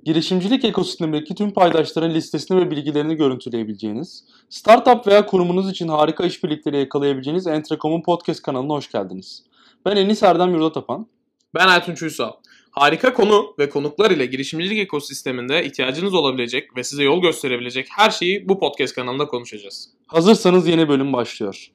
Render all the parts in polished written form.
girişimcilik ekosistemindeki tüm paydaşların listesini ve bilgilerini görüntüleyebileceğiniz, startup veya kurumunuz için harika işbirlikleri yakalayabileceğiniz Entrecom'un podcast kanalına hoş geldiniz. Ben Enis Erdem Yurdatapan. Ben Ertunç Uysal. Harika konu ve konuklar ile girişimcilik ekosisteminde ihtiyacınız olabilecek ve size yol gösterebilecek her şeyi bu podcast kanalında konuşacağız. Hazırsanız yeni bölüm başlıyor.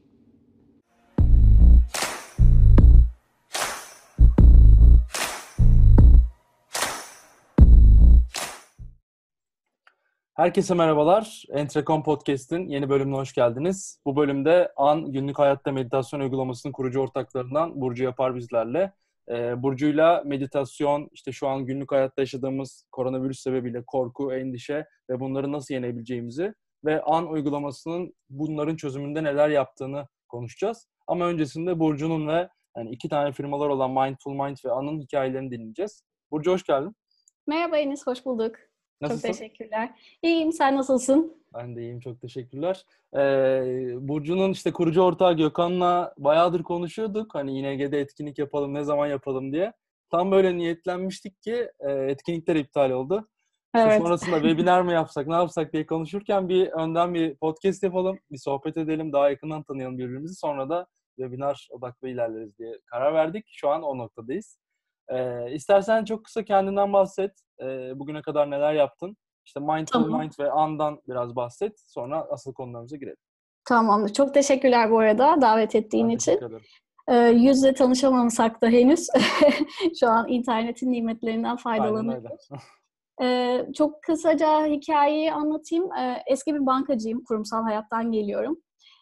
Herkese merhabalar. Entrecom Podcast'in yeni bölümüne hoş geldiniz. Bu bölümde An günlük hayatta meditasyon uygulamasının kurucu ortaklarından Burcu Yapar bizlerle. Burcu'yla meditasyon, işte şu an günlük hayatta yaşadığımız koronavirüs sebebiyle korku, endişe ve bunları nasıl yenebileceğimizi ve An uygulamasının bunların çözümünde neler yaptığını konuşacağız. Ama öncesinde Burcu'nun ve iki tane firmalar olan Mindful Mind ve An'ın hikayelerini dinleyeceğiz. Burcu hoş geldin. Merhaba Enis, hoş bulduk. Nasılsın? Çok teşekkürler. İyiyim, sen nasılsın? Ben de iyiyim, çok teşekkürler. Burcu'nun kurucu ortağı Gökhan'la bayağıdır konuşuyorduk. Hani ING'de etkinlik yapalım, ne zaman yapalım diye. Tam böyle niyetlenmiştik ki etkinlikler iptal oldu. Evet. Sonrasında webinar mı yapsak, ne yapsak diye konuşurken önden bir podcast yapalım, bir sohbet edelim, daha yakından tanıyalım birbirimizi. Sonra da webinar odaklı ilerleriz diye karar verdik. Şu an o noktadayız. İstersen çok kısa kendinden bahset. Bugüne kadar neler yaptın? Mindful Mind ve An'dan biraz bahset. Sonra asıl konularımıza girelim. Tamamdır. Çok teşekkürler bu arada davet ettiğin için. Yüzle tanışamasak da henüz şu an internetin nimetlerinden faydalanıyoruz. Çok kısaca hikayeyi anlatayım. Eski bir bankacıyım. Kurumsal hayattan geliyorum.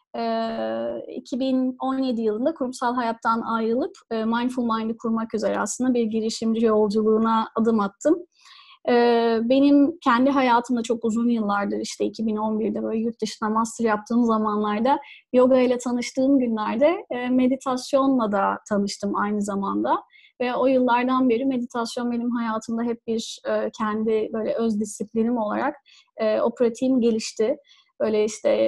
2017 yılında kurumsal hayattan ayrılıp Mindful Mind'ı kurmak üzere aslında bir girişimci yolculuğuna adım attım. Benim kendi hayatımda çok uzun yıllardır 2011'de böyle yurt dışına master yaptığım zamanlarda yoga ile tanıştığım günlerde meditasyonla da tanıştım aynı zamanda. Ve o yıllardan beri meditasyon benim hayatımda hep bir kendi böyle öz disiplinim olarak o pratiğim gelişti. Böyle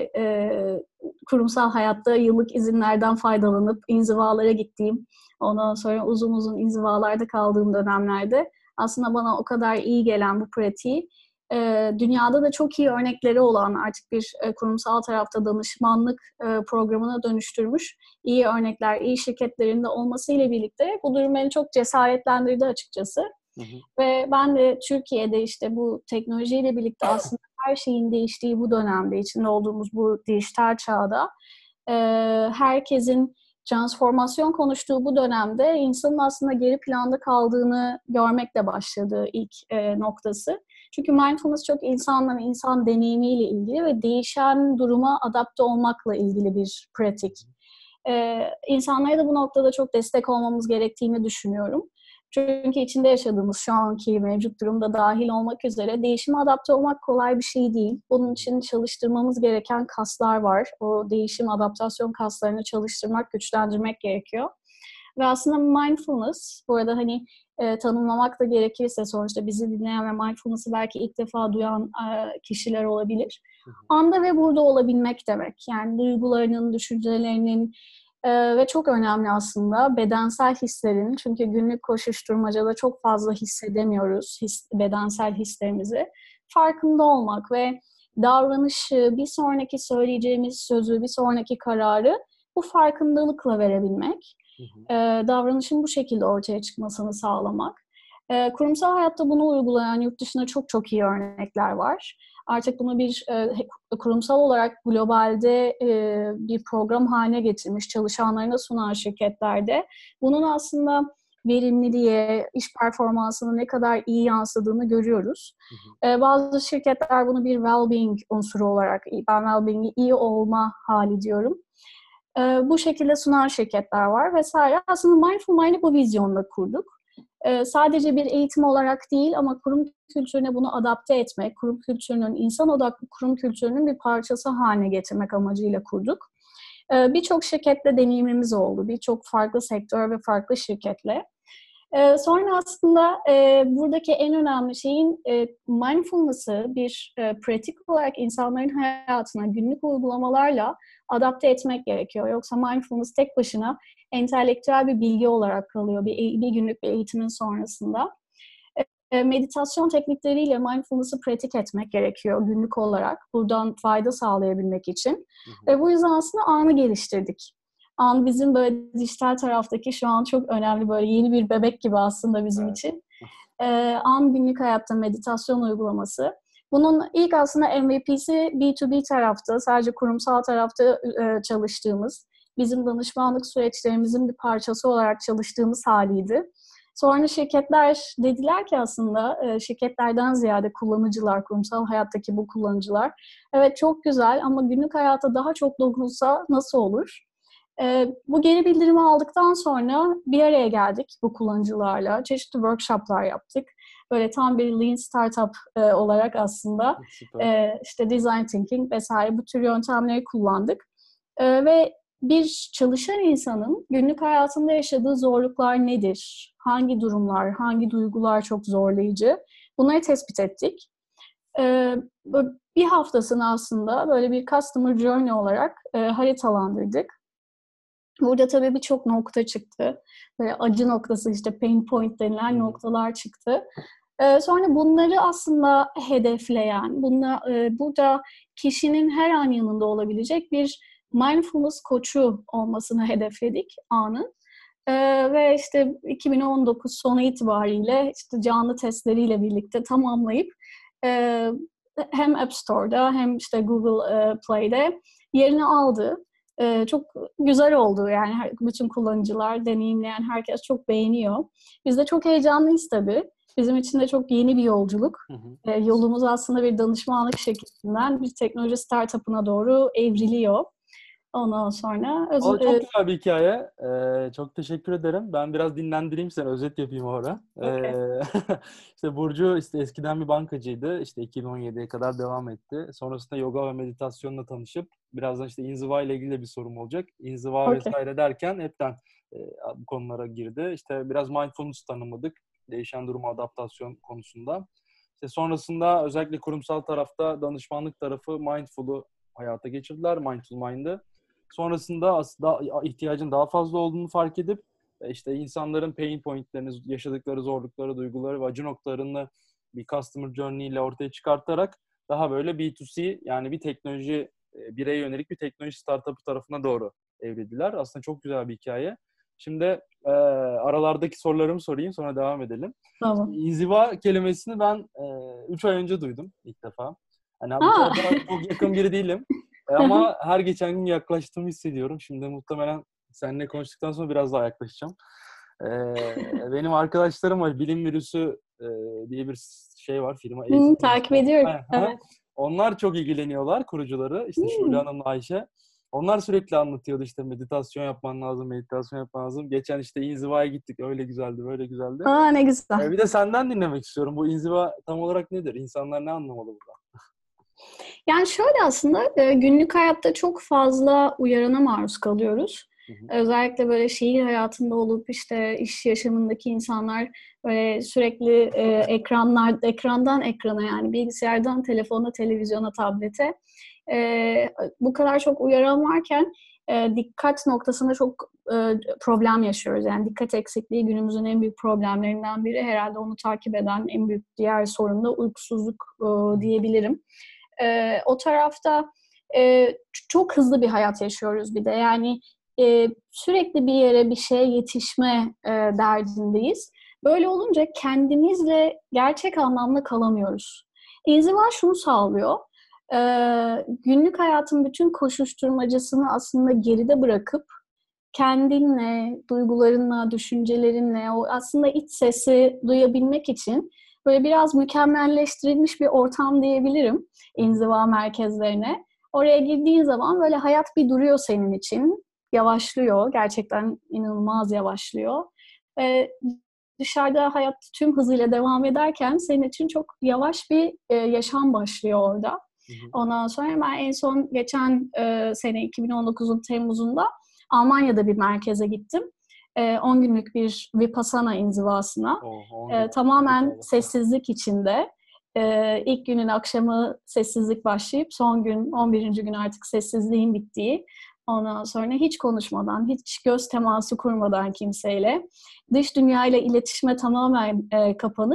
kurumsal hayatta yıllık izinlerden faydalanıp inzivalara gittiğim, ondan sonra uzun uzun inzivalarda kaldığım dönemlerde aslında bana o kadar iyi gelen bu pratiği dünyada da çok iyi örnekleri olan artık bir kurumsal tarafta danışmanlık programına dönüştürmüş iyi örnekler, iyi şirketlerinde olmasıyla birlikte bu durum beni çok cesaretlendirdi açıkçası. Hı hı. Ve ben de Türkiye'de bu teknolojiyle birlikte aslında her şeyin değiştiği bu dönemde, içinde olduğumuz bu dijital çağda herkesin transformasyon konuştuğu bu dönemde insanın aslında geri planda kaldığını görmekle başladığı ilk noktası. Çünkü mindfulness çok insanla ve insan deneyimiyle ilgili ve değişen duruma adapte olmakla ilgili bir pratik. İnsanlara da bu noktada çok destek olmamız gerektiğini düşünüyorum. Çünkü içinde yaşadığımız şu anki mevcut durumda dahil olmak üzere değişime adapte olmak kolay bir şey değil. Bunun için çalıştırmamız gereken kaslar var. O değişim, adaptasyon kaslarını çalıştırmak, güçlendirmek gerekiyor. Ve aslında mindfulness, bu arada tanımlamak da gerekirse sonuçta bizi dinleyen ve mindfulness'ı belki ilk defa duyan kişiler olabilir. Anda ve burada olabilmek demek. Yani duygularının, düşüncelerinin, ve çok önemli aslında bedensel hislerin, çünkü günlük koşuşturmacada çok fazla hissedemiyoruz bedensel hislerimizi. Farkında olmak ve davranışı, bir sonraki söyleyeceğimiz sözü, bir sonraki kararı bu farkındalıkla verebilmek. Davranışın bu şekilde ortaya çıkmasını sağlamak. Kurumsal hayatta bunu uygulayan yurt dışında çok çok iyi örnekler var. Artık bunu bir kurumsal olarak globalde bir program haline getirmiş, çalışanlarına sunan şirketlerde bunun aslında verimliliğe, iş performansına ne kadar iyi yansıdığını görüyoruz. Bazı şirketler bunu bir well-being unsuru olarak, ben well-being'i iyi olma hali diyorum. Bu şekilde sunan şirketler var vesaire. Aslında Mindful Mind'ı bu vizyonla kurduk. Sadece bir eğitim olarak değil ama kurum kültürüne bunu adapte etmek, kurum kültürünün, insan odaklı kurum kültürünün bir parçası haline getirmek amacıyla kurduk. Birçok şirketle deneyimimiz oldu. Birçok farklı sektör ve farklı şirketle. Sonra aslında buradaki en önemli şeyin mindfulness'ı bir pratik olarak insanların hayatına günlük uygulamalarla adapte etmek gerekiyor. Yoksa mindfulness tek başına entelektüel bir bilgi olarak kalıyor bir günlük bir eğitimin sonrasında. meditasyon teknikleriyle mindfulness'ı pratik etmek gerekiyor günlük olarak. Buradan fayda sağlayabilmek için. Ve bu yüzden aslında An'ı geliştirdik. An bizim böyle dijital taraftaki şu an çok önemli, böyle yeni bir bebek gibi aslında bizim için. An günlük hayatta meditasyon uygulaması. Bunun ilk aslında MVP'si B2B tarafta, sadece kurumsal tarafta çalıştığımız, bizim danışmanlık süreçlerimizin bir parçası olarak çalıştığımız haliydi. Sonra şirketler dediler ki aslında şirketlerden ziyade kullanıcılar, kurumsal hayattaki bu kullanıcılar, evet çok güzel ama günlük hayata daha çok dokunsa nasıl olur? Bu geri bildirimi aldıktan sonra bir araya geldik bu kullanıcılarla. Çeşitli workshoplar yaptık. Böyle tam bir lean startup olarak aslında işte design thinking vesaire bu tür yöntemleri kullandık. Ve bir çalışan insanın günlük hayatında yaşadığı zorluklar nedir? Hangi durumlar, hangi duygular çok zorlayıcı? Bunları tespit ettik. Bir haftasını aslında böyle bir customer journey olarak haritalandırdık. Burada tabii birçok nokta çıktı. Böyle acı noktası, işte pain point denilen noktalar çıktı. Sonra bunları aslında hedefleyen, burada kişinin her an yanında olabilecek bir mindfulness koçu olmasını hedefledik An'ın. Ve işte 2019 sonu itibariyle işte canlı testleriyle birlikte tamamlayıp hem App Store'da hem işte Google Play'de yerini aldı. Çok güzel oldu yani bütün kullanıcılar, deneyimleyen herkes çok beğeniyor. Biz de çok heyecanlıyız tabii. Bizim için de çok yeni bir yolculuk. Yolumuz aslında bir danışmanlık şirketinden bir teknoloji startup'ına doğru evriliyor. Ondan sonra... Çok güzel bir hikaye. Çok teşekkür ederim. Ben biraz dinlendireyim seni, özet yapayım orada. İşte Burcu eskiden bir bankacıydı. İşte 2017'ye kadar devam etti. Sonrasında yoga ve meditasyonla tanışıp birazdan işte inziva ile ilgili de bir sorum olacak. İnziva vesaire derken hepten bu konulara girdi. İşte biraz mindfulness tanımladık. Değişen duruma adaptasyon konusunda. İşte sonrasında özellikle kurumsal tarafta danışmanlık tarafı Mindful'u hayata geçirdiler. Mindful Mind'ı. Sonrasında aslında ihtiyacın daha fazla olduğunu fark edip işte insanların pain pointlerini, yaşadıkları zorlukları, duyguları ve acı noktalarını bir customer journey ile ortaya çıkartarak daha böyle B2C, yani bir teknoloji, bireye yönelik bir teknoloji startup'ı tarafına doğru evrildiler. Aslında çok güzel bir hikaye. Şimdi aralardaki sorularımı sorayım, sonra devam edelim. Tamam. İnziva kelimesini ben 3 ay önce duydum ilk defa. Hani bu tarafa çok yakın biri değilim. Ama her geçen gün yaklaştığımı hissediyorum. Şimdi muhtemelen seninle konuştuktan sonra biraz daha yaklaşacağım. Benim arkadaşlarım var. Bilim Virüsü diye bir şey var, firma. Takip ediyorum. Evet. Onlar çok ilgileniyorlar, kurucuları. İşte Şule Hanım'la Ayşe. Onlar sürekli anlatıyordu işte meditasyon yapman lazım, meditasyon yapman lazım. Geçen işte inzivaya gittik. Öyle güzeldi, böyle güzeldi. Ne güzel. Bir de senden dinlemek istiyorum. Bu inziva tam olarak nedir? İnsanlar ne anlamalı burada? Yani şöyle aslında günlük hayatta çok fazla uyarana maruz kalıyoruz. Özellikle böyle şehir hayatında olup işte iş yaşamındaki insanlar böyle sürekli ekrandan ekrana, yani bilgisayardan telefona, televizyona, tablete bu kadar çok uyaran varken dikkat noktasında çok problem yaşıyoruz. Yani dikkat eksikliği günümüzün en büyük problemlerinden biri. Herhalde onu takip eden en büyük diğer sorun da uykusuzluk diyebilirim. O tarafta çok hızlı bir hayat yaşıyoruz bir de. Yani sürekli bir yere, bir şeye yetişme derdindeyiz. Böyle olunca kendimizle gerçek anlamda kalamıyoruz. İnziva şunu sağlıyor. Günlük hayatın bütün koşuşturmacasını aslında geride bırakıp kendinle, duygularınla, düşüncelerinle, o aslında iç sesi duyabilmek için böyle biraz mükemmelleştirilmiş bir ortam diyebilirim inziva merkezlerine. Oraya girdiğin zaman böyle hayat bir duruyor senin için. Yavaşlıyor. Gerçekten inanılmaz yavaşlıyor. Dışarıda hayat tüm hızıyla devam ederken senin için çok yavaş bir yaşam başlıyor orada. Ondan sonra ben en son geçen sene 2019'un Temmuz'unda Almanya'da bir merkeze gittim. 10 günlük bir Vipassana inzivasına. Tamamen sessizlik içinde. İlk günün akşamı sessizlik başlayıp son gün, 11. gün artık sessizliğin bittiği. Ondan sonra hiç konuşmadan, hiç göz teması kurmadan kimseyle, dış dünyayla iletişime tamamen kapanıp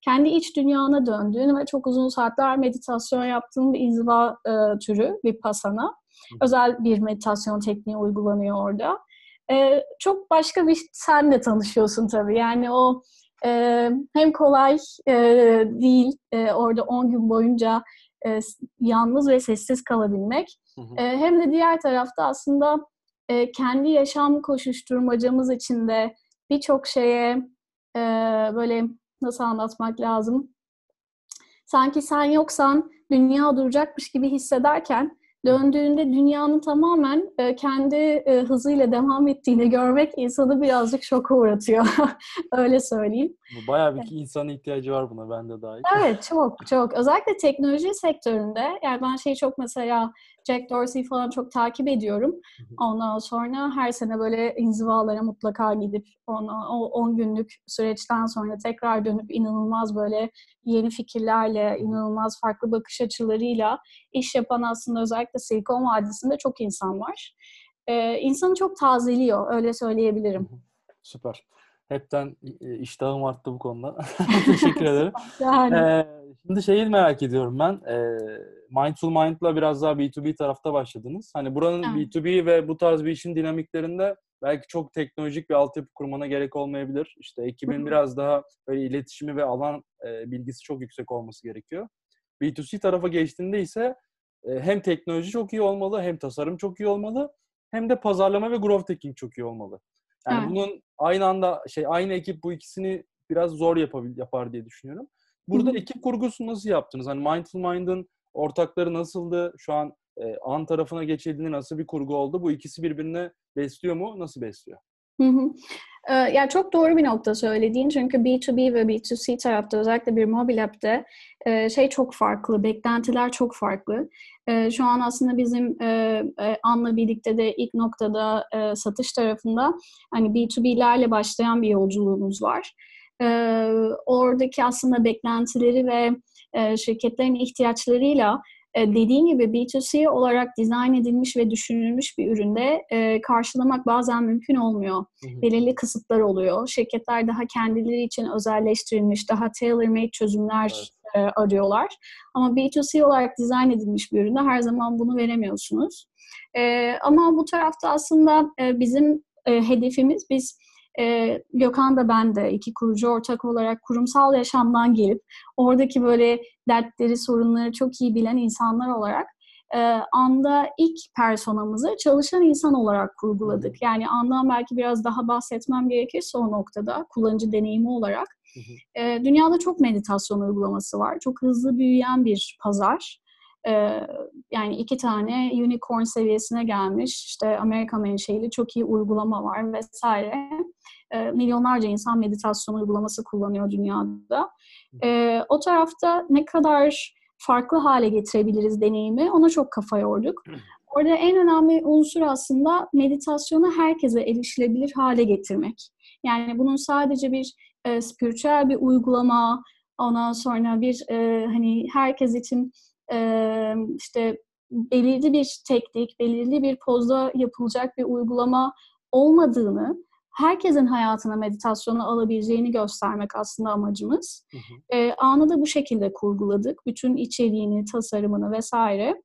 kendi iç dünyana döndüğün ve çok uzun saatler meditasyon yaptığın bir inziva türü Vipassana. Özel bir meditasyon tekniği uygulanıyor orada. Çok başka bir senle tanışıyorsun tabii. Yani o hem kolay değil orada 10 gün boyunca yalnız ve sessiz kalabilmek. Hem de diğer tarafta aslında kendi yaşam koşuşturmacamız içinde birçok şeye böyle nasıl anlatmak lazım? Sanki sen yoksan dünya duracakmış gibi hissederken döndüğünde dünyanın tamamen kendi hızıyla devam ettiğini görmek insanı birazcık şoka uğratıyor. Öyle söyleyeyim. Bayağı bir insanın ihtiyacı var buna, ben de dahil. Evet, çok. Özellikle teknoloji sektöründe. Yani ben çok mesela Jack Dorsey falan çok takip ediyorum. Ondan sonra her sene böyle inzivalara mutlaka gidip o 10 günlük süreçten sonra tekrar dönüp inanılmaz böyle yeni fikirlerle, inanılmaz farklı bakış açılarıyla iş yapan aslında özellikle Silikon Vadisi'nde çok insan var. İnsanı çok tazeliyor, öyle söyleyebilirim. Süper. Hepten iştahım arttı bu konuda. Teşekkür ederim. Şimdi şeyi merak ediyorum ben. Mindful Mind'la biraz daha B2B tarafta başladınız. Hani buranın B2B ve bu tarz bir işin dinamiklerinde belki çok teknolojik bir altyapı kurmana gerek olmayabilir. İşte ekibin biraz daha böyle iletişimi ve alan bilgisi çok yüksek olması gerekiyor. B2C tarafa geçtiğinde ise hem teknoloji çok iyi olmalı, hem tasarım çok iyi olmalı, hem de pazarlama ve growth hacking çok iyi olmalı. Yani bunun aynı anda aynı ekip bu ikisini biraz zor yapar diye düşünüyorum. Burada ekip kurgusunu nasıl yaptınız? Hani Mindful Mind'ın ortakları nasıldı? Şu an An tarafına geçildiğinde nasıl bir kurgu oldu? Bu ikisi birbirini besliyor mu? Nasıl besliyor? Ya çok doğru bir nokta söylediğin, çünkü B2B ve B2C tarafta özellikle bir mobil app'te çok farklı, beklentiler çok farklı. Şu an aslında bizim An'la birlikte de ilk noktada satış tarafında hani B2B'lerle başlayan bir yolculuğumuz var. Oradaki aslında beklentileri ve şirketlerin ihtiyaçlarıyla dediğin gibi B2C olarak dizayn edilmiş ve düşünülmüş bir üründe karşılamak bazen mümkün olmuyor. Belirli kısıtlar oluyor. Şirketler daha kendileri için özelleştirilmiş, daha tailor-made çözümler arıyorlar. Ama B2C olarak dizayn edilmiş bir üründe her zaman bunu veremiyorsunuz. Ama bu tarafta aslında bizim hedefimiz, biz Gökhan da ben de iki kurucu ortak olarak kurumsal yaşamdan gelip oradaki böyle dertleri, sorunları çok iyi bilen insanlar olarak An'da ilk personamızı çalışan insan olarak kurguladık. Yani An'dan belki biraz daha bahsetmem gerekirse o noktada kullanıcı deneyimi olarak. Dünyada çok meditasyon uygulaması var. Çok hızlı büyüyen bir pazar. Yani 2 tane unicorn seviyesine gelmiş, işte Amerika menşeili çok iyi uygulama var vesaire. Milyonlarca insan meditasyon uygulaması kullanıyor dünyada. O tarafta ne kadar farklı hale getirebiliriz deneyimi, ona çok kafa yorduk. Orada en önemli unsur aslında meditasyonu herkese erişilebilir hale getirmek. Yani bunun sadece bir spiritüel bir uygulama, ondan sonra bir hani herkes için işte belirli bir teknik, belirli bir pozda yapılacak bir uygulama olmadığını, herkesin hayatına meditasyonu alabileceğini göstermek aslında amacımız. Anı da bu şekilde kurguladık. Bütün içeriğini, tasarımını vesaire.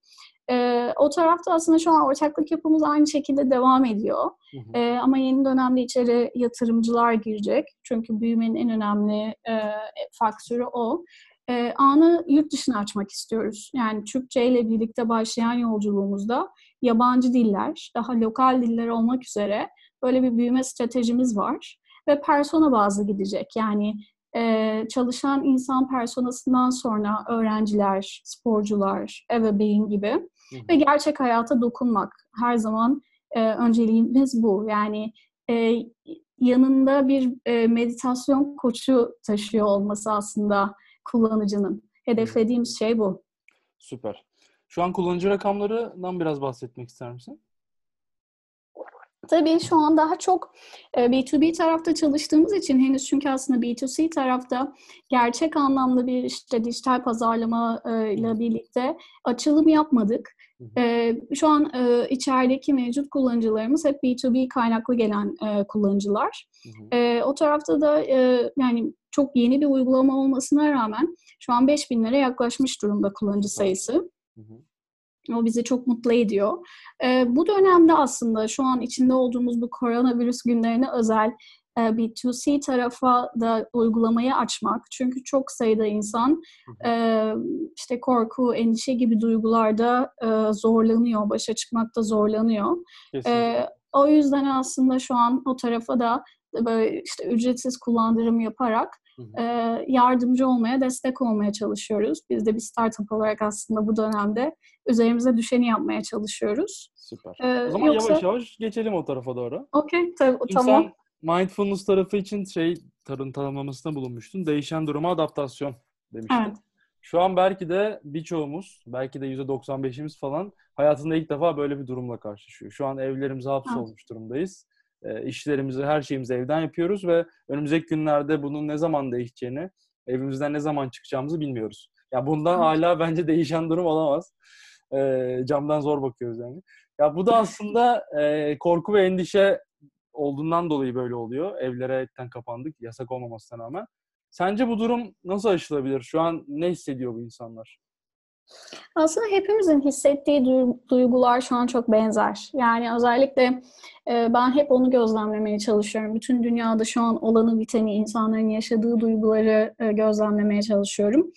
O tarafta aslında şu an ortaklık yapımız aynı şekilde devam ediyor. Ama yeni dönemde içeri yatırımcılar girecek. Çünkü büyümenin en önemli faktörü o. Anı yurt dışına açmak istiyoruz. Yani Türkçe ile birlikte başlayan yolculuğumuzda yabancı diller, daha lokal diller olmak üzere böyle bir büyüme stratejimiz var. Ve persona bazlı gidecek. Yani çalışan insan personasından sonra öğrenciler, sporcular, ebeveyn gibi ve gerçek hayata dokunmak. Her zaman önceliğimiz bu. Yani yanında bir meditasyon koçu taşıyor olması aslında kullanıcının. Hedeflediğimiz şey bu. Süper. Şu an kullanıcı rakamlarından biraz bahsetmek ister misin? Tabii şu an daha çok B2B tarafta çalıştığımız için henüz, çünkü aslında B2C tarafta gerçek anlamda bir işte dijital pazarlama ile birlikte açılım yapmadık. Şu an içerideki mevcut kullanıcılarımız hep B2B kaynaklı gelen kullanıcılar. O tarafta da yani çok yeni bir uygulama olmasına rağmen şu an 5.000'lere yaklaşmış durumda kullanıcı sayısı. O bizi çok mutlu ediyor. Bu dönemde aslında şu an içinde olduğumuz bu koronavirüs günlerine özel B2C tarafa da uygulamayı açmak. Çünkü çok sayıda insan işte korku, endişe gibi duygularda zorlanıyor, başa çıkmakta zorlanıyor. O yüzden aslında şu an o tarafa da böyle işte ücretsiz kullandırım yaparak yardımcı olmaya, destek olmaya çalışıyoruz. Biz de bir startup olarak aslında bu dönemde üzerimize düşeni yapmaya çalışıyoruz. Süper. O zaman yavaş yavaş geçelim o tarafa doğru. Okey, Şimdi tamam. sen mindfulness tarafı için tanımlamasında bulunmuştun. Değişen duruma adaptasyon demiştin. Evet. Şu an belki de birçoğumuz, belki de %95'imiz falan hayatında ilk defa böyle bir durumla karşılaşıyor. Şu an evlerimize hapsolmuş durumdayız. İşlerimizi, her şeyimizi evden yapıyoruz ve önümüzdeki günlerde bunun ne zaman değişeceğini, evimizden ne zaman çıkacağımızı bilmiyoruz. Ya bundan hala bence değişen durum olamaz. Camdan zor bakıyoruz yani. Ya bu da aslında korku ve endişe olduğundan dolayı böyle oluyor. Evlere etten kapandık, yasak olmamasına rağmen. Sence bu durum nasıl aşılabilir? Şu an ne hissediyor bu insanlar? Aslında hepimizin hissettiği duygular şu an çok benzer. Yani özellikle ben hep onu gözlemlemeye çalışıyorum. Bütün dünyada şu an olanı biteni, insanların yaşadığı duyguları gözlemlemeye çalışıyorum.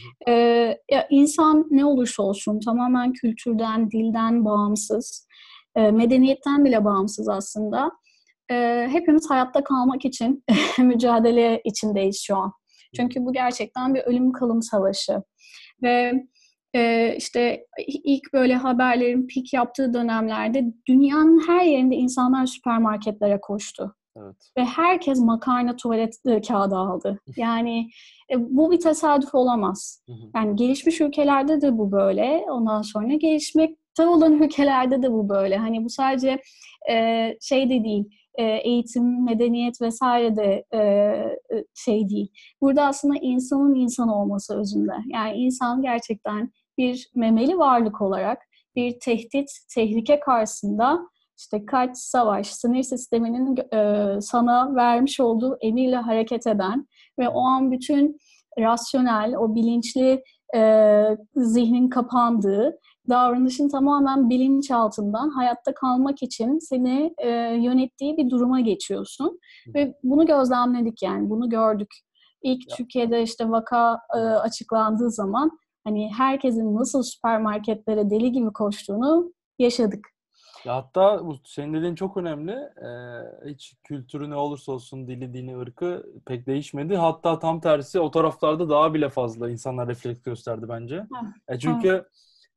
Ya insan ne olursa olsun tamamen kültürden, dilden bağımsız, medeniyetten bile bağımsız aslında. Hepimiz hayatta kalmak için mücadele içindeyiz şu an. Çünkü bu gerçekten bir ölüm kalım savaşı. Ve işte ilk böyle haberlerin peak yaptığı dönemlerde dünyanın her yerinde insanlar süpermarketlere koştu. Evet. Ve herkes makarna tuvalet kağıdı aldı. Yani bu bir tesadüf olamaz. Yani gelişmiş ülkelerde de bu böyle. Ondan sonra gelişmekte olan ülkelerde de bu böyle. Hani bu sadece şey de değil. Eğitim, medeniyet vesaire de şey değil. Burada aslında insanın insan olması özünde. Yani insan gerçekten bir memeli varlık olarak bir tehdit, tehlike karşısında işte kaç, savaş, sinir sisteminin sana vermiş olduğu emirle hareket eden ve o an bütün rasyonel, o bilinçli zihnin kapandığı, davranışın tamamen bilinçaltından hayatta kalmak için seni yönettiği bir duruma geçiyorsun. Ve bunu gözlemledik yani, bunu gördük. İlk Türkiye'de işte vaka açıklandığı zaman hani herkesin nasıl süpermarketlere deli gibi koştuğunu yaşadık. Ya hatta bu senin dediğin çok önemli. Hiç kültürü ne olursa olsun, dili, dini, ırkı pek değişmedi. Hatta tam tersi o taraflarda daha bile fazla insanlar refleks gösterdi bence. Çünkü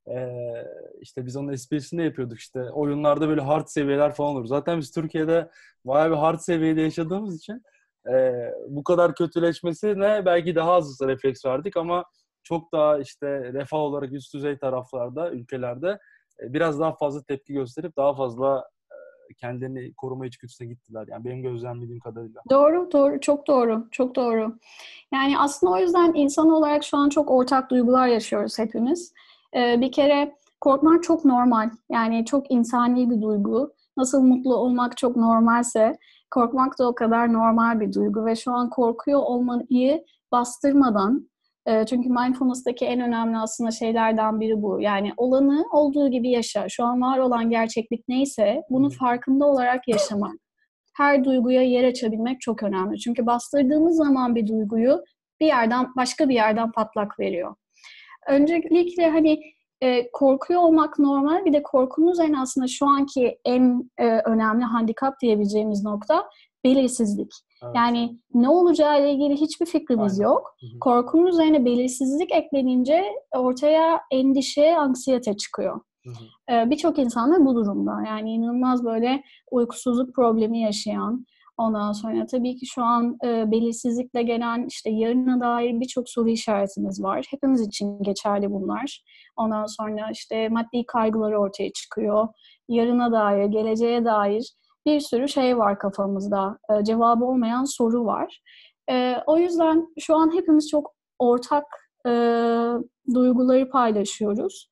işte biz onun esprisini de yapıyorduk işte. Oyunlarda böyle hard seviyeler falan olur. Zaten biz Türkiye'de bayağı bir hard seviyede yaşadığımız için bu kadar kötüleşmesine belki daha az refleks verdik ama çok daha işte refah olarak üst düzey taraflarda, ülkelerde biraz daha fazla tepki gösterip daha fazla kendini koruma içgüdüsüne gittiler. Yani benim gözlemlediğim kadarıyla. Doğru, çok doğru. Yani aslında o yüzden insan olarak şu an çok ortak duygular yaşıyoruz hepimiz. Bir kere korkmak çok normal. Yani çok insani bir duygu. Nasıl mutlu olmak çok normalse korkmak da o kadar normal bir duygu. Ve şu an korkuyor olmayı bastırmadan, çünkü mindfulness'taki en önemli aslında şeylerden biri bu. Yani olanı olduğu gibi yaşa. Şu an var olan gerçeklik neyse bunu farkında olarak yaşamak. Her duyguya yer açabilmek çok önemli. Çünkü bastırdığımız zaman bir duyguyu başka bir yerden patlak veriyor. Öncelikle hani korkuyor olmak normal. Bir de korkunun üzerine aslında şu anki en önemli handikap diyebileceğimiz nokta belirsizlik. Evet. Yani ne olacağı ile ilgili hiçbir fikrimiz yok. Korkunun üzerine belirsizlik eklenince ortaya endişe, anksiyete çıkıyor. Birçok insan da bu durumda. Yani inanılmaz böyle uykusuzluk problemi yaşayan, ondan sonra tabii ki şu an belirsizlikle gelen işte yarına dair birçok soru işaretimiz var. Hepimiz için geçerli bunlar. Ondan sonra işte maddi kaygıları ortaya çıkıyor. Yarına dair, geleceğe dair bir sürü şey var kafamızda. Cevabı olmayan soru var. O yüzden şu an hepimiz çok ortak duyguları paylaşıyoruz.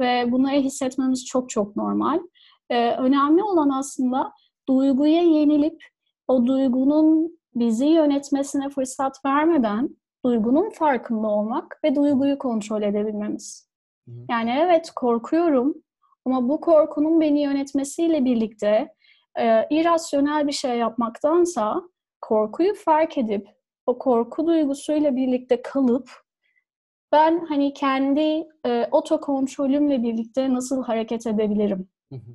ve bunları hissetmemiz çok çok normal. Önemli olan aslında duyguya yenilip o duygunun bizi yönetmesine fırsat vermeden duygunun farkında olmak ve duyguyu kontrol edebilmemiz. Yani evet korkuyorum ama bu korkunun beni yönetmesiyle birlikte irrasyonel bir şey yapmaktansa korkuyu fark edip o korku duygusuyla birlikte kalıp ben hani kendi otokontrolümle birlikte nasıl hareket edebilirim?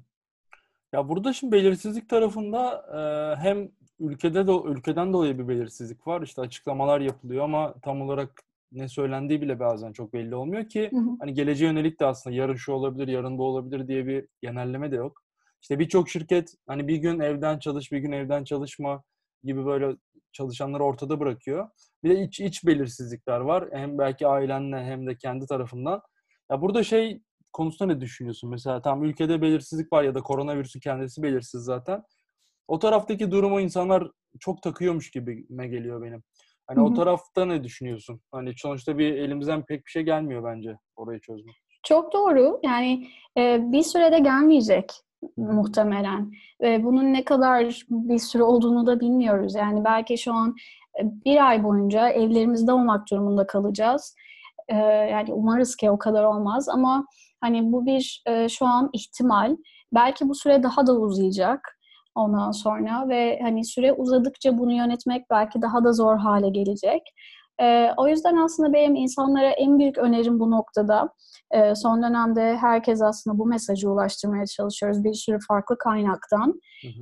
Ya burada şimdi belirsizlik tarafında hem ülkeden dolayı bir belirsizlik var. İşte açıklamalar yapılıyor ama tam olarak ne söylendiği bile bazen çok belli olmuyor ki. Hani geleceğe yönelik de aslında yarın şu olabilir, yarın bu olabilir diye bir genelleme de yok. İşte birçok şirket hani bir gün evden çalış, bir gün evden çalışma gibi böyle çalışanları ortada bırakıyor. Bir de iç belirsizlikler var. Hem belki ailenle hem de kendi tarafından. Ya burada konusunda ne düşünüyorsun? Mesela tam ülkede belirsizlik var ya da koronavirüsün kendisi belirsiz zaten. O taraftaki durumu insanlar çok takıyormuş gibime geliyor benim. Hani o tarafta ne düşünüyorsun? Hani sonuçta elimizden pek bir şey gelmiyor bence orayı çözmek. Çok doğru. Yani bir sürede gelmeyecek muhtemelen. Bunun ne kadar bir süre olduğunu da bilmiyoruz. Yani belki şu an bir ay boyunca evlerimizde olmak durumunda kalacağız. Yani umarız ki o kadar olmaz ama hani bu bir şu an ihtimal. Belki bu süre daha da uzayacak ondan sonra ve hani süre uzadıkça bunu yönetmek belki daha da zor hale gelecek. O yüzden aslında benim insanlara en büyük önerim bu noktada. Son dönemde herkes aslında bu mesajı ulaştırmaya çalışıyoruz bir sürü farklı kaynaktan.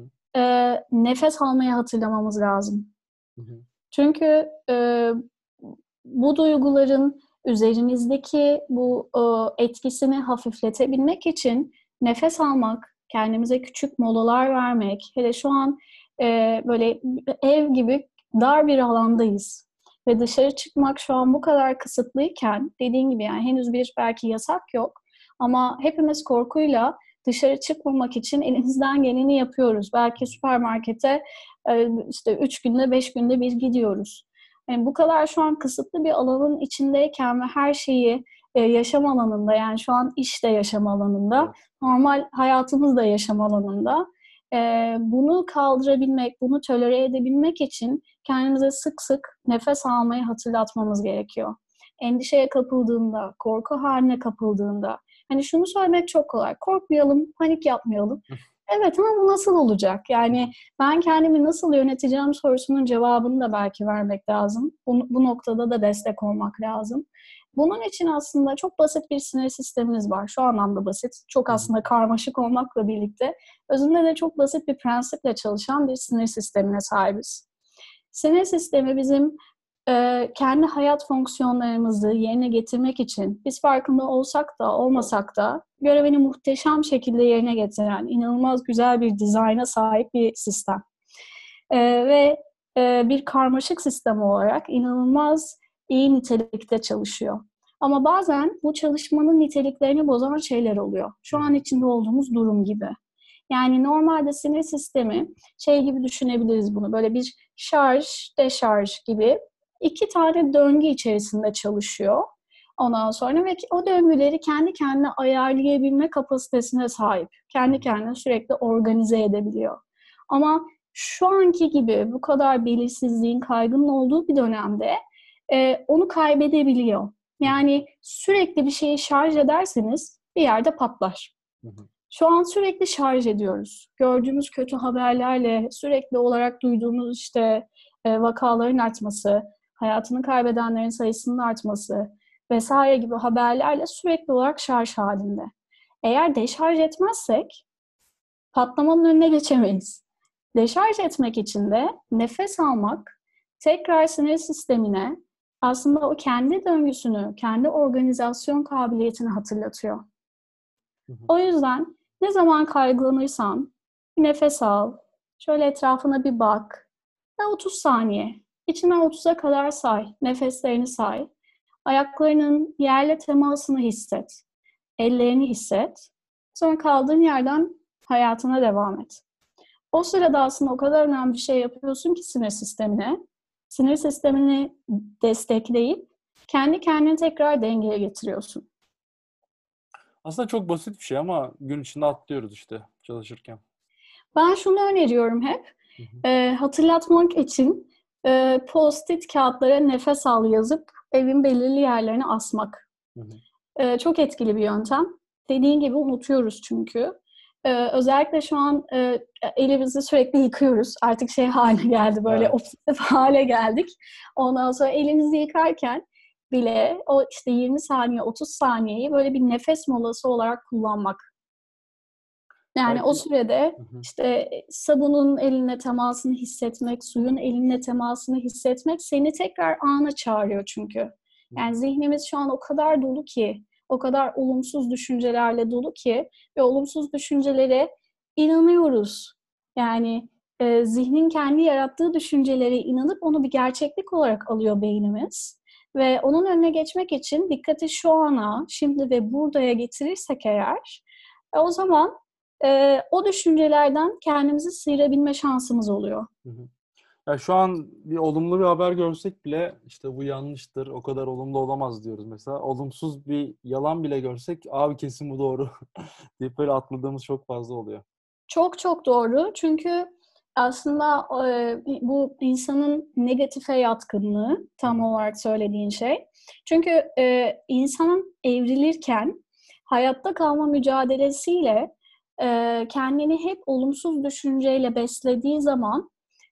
Nefes almayı hatırlamamız lazım. Çünkü bu duyguların üzerinizdeki bu etkisini hafifletebilmek için nefes almak, kendimize küçük molalar vermek, hele şu an böyle ev gibi dar bir alandayız. Ve dışarı çıkmak şu an bu kadar kısıtlıyken, dediğin gibi yani henüz bir belki yasak yok ama hepimiz korkuyla dışarı çıkmamak için elimizden geleni yapıyoruz. Belki süpermarkete işte 3 günde 5 günde bir gidiyoruz. Yani bu kadar şu an kısıtlı bir alanın içindeyken ve her şeyi yaşam alanında yani şu an işte yaşam alanında, normal hayatımız da yaşam alanında. Bunu kaldırabilmek, bunu tolere edebilmek için kendimize sık sık nefes almayı hatırlatmamız gerekiyor. Endişeye kapıldığında, korku haline kapıldığında, hani şunu söylemek çok kolay, korkmayalım, panik yapmayalım. Evet ama bu nasıl olacak? Yani ben kendimi nasıl yöneteceğim sorusunun cevabını da belki vermek lazım. Bu noktada da destek olmak lazım. Bunun için aslında çok basit bir sinir sistemimiz var. Şu anlamda basit, çok aslında karmaşık olmakla birlikte özünde de çok basit bir prensiple çalışan bir sinir sistemine sahibiz. Sinir sistemi bizim kendi hayat fonksiyonlarımızı yerine getirmek için biz farkında olsak da olmasak da görevini muhteşem şekilde yerine getiren, inanılmaz güzel bir dizayna sahip bir sistem. Ve bir karmaşık sistem olarak inanılmaz iyi nitelikte çalışıyor. Ama bazen bu çalışmanın niteliklerini bozan şeyler oluyor. Şu an içinde olduğumuz durum gibi. Yani normalde sinir sistemi gibi düşünebiliriz bunu. Böyle bir şarj, deşarj gibi 2 tane döngü içerisinde çalışıyor. Ondan sonra ve o döngüleri kendi kendine ayarlayabilme kapasitesine sahip. Kendi kendine sürekli organize edebiliyor. Ama şu anki gibi bu kadar belirsizliğin, kaygının olduğu bir dönemde onu kaybedebiliyor. Yani sürekli bir şeyi şarj ederseniz bir yerde patlar. Şu an sürekli şarj ediyoruz. Gördüğümüz kötü haberlerle, sürekli olarak duyduğumuz işte vakaların artması, hayatını kaybedenlerin sayısının artması vesaire gibi haberlerle sürekli olarak şarj halinde. Eğer deşarj etmezsek patlamanın önüne geçemeyiz. Deşarj etmek için de nefes almak, tekrar sinir sistemine aslında o kendi döngüsünü, kendi organizasyon kabiliyetini hatırlatıyor. O yüzden ne zaman kaygılanırsan bir nefes al, şöyle etrafına bir bak ve 30 saniye, içinden 30'a kadar say, nefeslerini say. Ayaklarının yerle temasını hisset, ellerini hisset. Sonra kaldığın yerden hayatına devam et. O sırada aslında o kadar önemli bir şey yapıyorsun ki sinir sistemine. Sinir sistemini destekleyip kendi kendini tekrar dengeye getiriyorsun. Aslında çok basit bir şey ama gün içinde atlıyoruz işte çalışırken. Ben şunu öneriyorum hep. Hı hı. Hatırlatmak için post-it kağıtlara nefes al yazıp evin belirli yerlerine asmak. Hı hı. Çok etkili bir yöntem. Dediğin gibi unutuyoruz çünkü. Özellikle şu an elimizi sürekli yıkıyoruz. Artık şey haline geldi, böyle Evet. obsesif hale geldik. Ondan sonra elimizi yıkarken bile o işte 20 saniye, 30 saniyeyi böyle bir nefes molası olarak kullanmak. Yani o Belki. sürede Hı hı. işte sabunun eline temasını hissetmek, suyun eline temasını hissetmek seni tekrar ana çağırıyor çünkü. Hı Yani hı. zihnimiz şu an o kadar dolu ki, o kadar olumsuz düşüncelerle dolu ki ve olumsuz düşüncelere inanıyoruz. Yani zihnin kendi yarattığı düşüncelere inanıp onu bir gerçeklik olarak alıyor beynimiz. Ve onun önüne geçmek için dikkati şu ana, şimdi ve buradaya getirirsek eğer, o zaman o düşüncelerden kendimizi sıyırabilme şansımız oluyor. Hı hı. Ya şu an bir olumlu bir haber görsek bile işte bu yanlıştır, o kadar olumlu olamaz diyoruz mesela. Olumsuz bir yalan bile görsek abi kesin bu doğru deyip böyle atladığımız çok fazla oluyor. Çok çok doğru. Çünkü aslında bu insanın negatife yatkınlığı, Hı tam hı. olarak söylediğin şey. Çünkü insanın evrilirken hayatta kalma mücadelesiyle kendini hep olumsuz düşünceyle beslediği zaman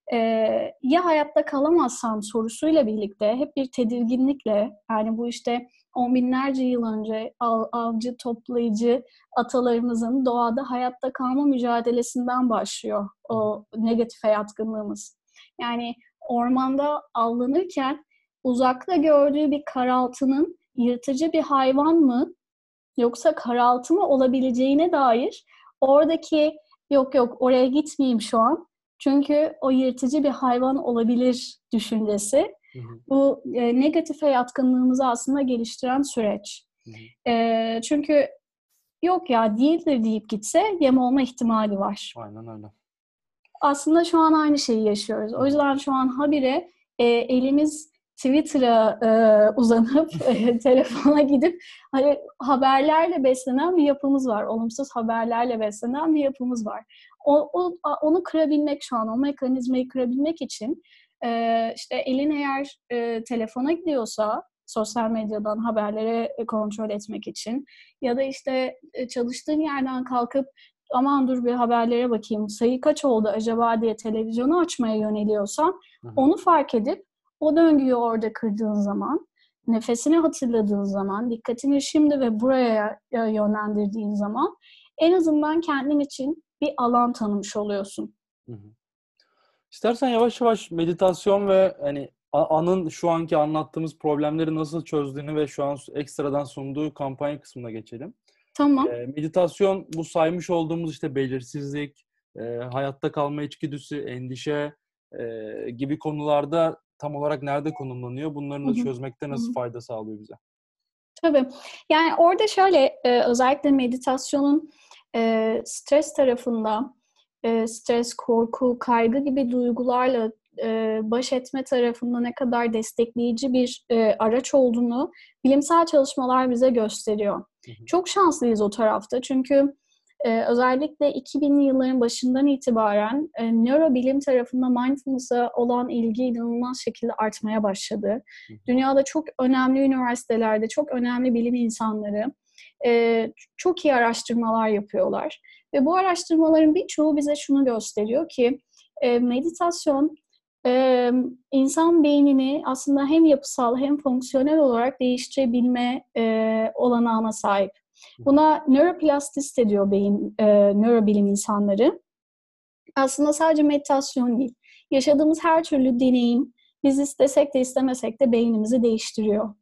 ya hayatta kalamazsam sorusuyla birlikte hep bir tedirginlikle, yani bu işte on binlerce yıl önce avcı toplayıcı atalarımızın doğada hayatta kalma mücadelesinden başlıyor Hı hı. o negatife yatkınlığımız. Yani ormanda avlanırken uzakta gördüğü bir karaltının yırtıcı bir hayvan mı yoksa karaltı mı olabileceğine dair oradaki yok yok oraya gitmeyeyim şu an çünkü o yırtıcı bir hayvan olabilir düşüncesi Hı hı. bu negatife yatkınlığımızı aslında geliştiren süreç. Hı hı. Çünkü yok ya değildir deyip gitse yem olma ihtimali var. Aynen öyle. Aslında şu an aynı şeyi yaşıyoruz. Hı O hı. yüzden şu an habire elimiz Twitter'a uzanıp telefona gidip hani haberlerle beslenen bir yapımız var. Olumsuz haberlerle beslenen bir yapımız var. Onu kırabilmek şu an, o mekanizmayı kırabilmek için işte elin eğer telefona gidiyorsa sosyal medyadan haberleri kontrol etmek için ya da işte çalıştığın yerden kalkıp aman dur bir haberlere bakayım, sayı kaç oldu acaba diye televizyonu açmaya yöneliyorsan Hı hı. onu fark edip o döngüyü orada kırdığın zaman, nefesini hatırladığın zaman, dikkatini şimdi ve buraya yönlendirdiğin zaman en azından kendin için bir alan tanımış oluyorsun. Hı hı. İstersen yavaş yavaş meditasyon ve hani An'ın şu anki anlattığımız problemleri nasıl çözdüğünü ve şu an ekstradan sunduğu kampanya kısmına geçelim. Tamam. Meditasyon bu saymış olduğumuz işte belirsizlik, hayatta kalma içgüdüsü, endişe gibi konularda tam olarak nerede konumlanıyor? Bunları Hı da hı. çözmekte Hı nasıl hı. fayda sağlıyor bize? Tabii. Yani orada şöyle özellikle meditasyonun stres tarafında stres, korku, kaygı gibi duygularla baş etme tarafında ne kadar destekleyici bir araç olduğunu bilimsel çalışmalar bize gösteriyor. Hı hı. Çok şanslıyız o tarafta çünkü özellikle 2000'li yılların başından itibaren nörobilim tarafında mindfulness'a olan ilgi inanılmaz şekilde artmaya başladı. Hı hı. Dünyada çok önemli üniversitelerde, çok önemli bilim insanları çok iyi araştırmalar yapıyorlar. Ve bu araştırmaların birçoğu bize şunu gösteriyor ki meditasyon insan beynini aslında hem yapısal hem fonksiyonel olarak değiştirebilme olanağına sahip. Buna nöroplastisite diyor nörobilim insanları. Aslında sadece meditasyon değil. Yaşadığımız her türlü deneyim biz istesek de istemesek de beynimizi değiştiriyor.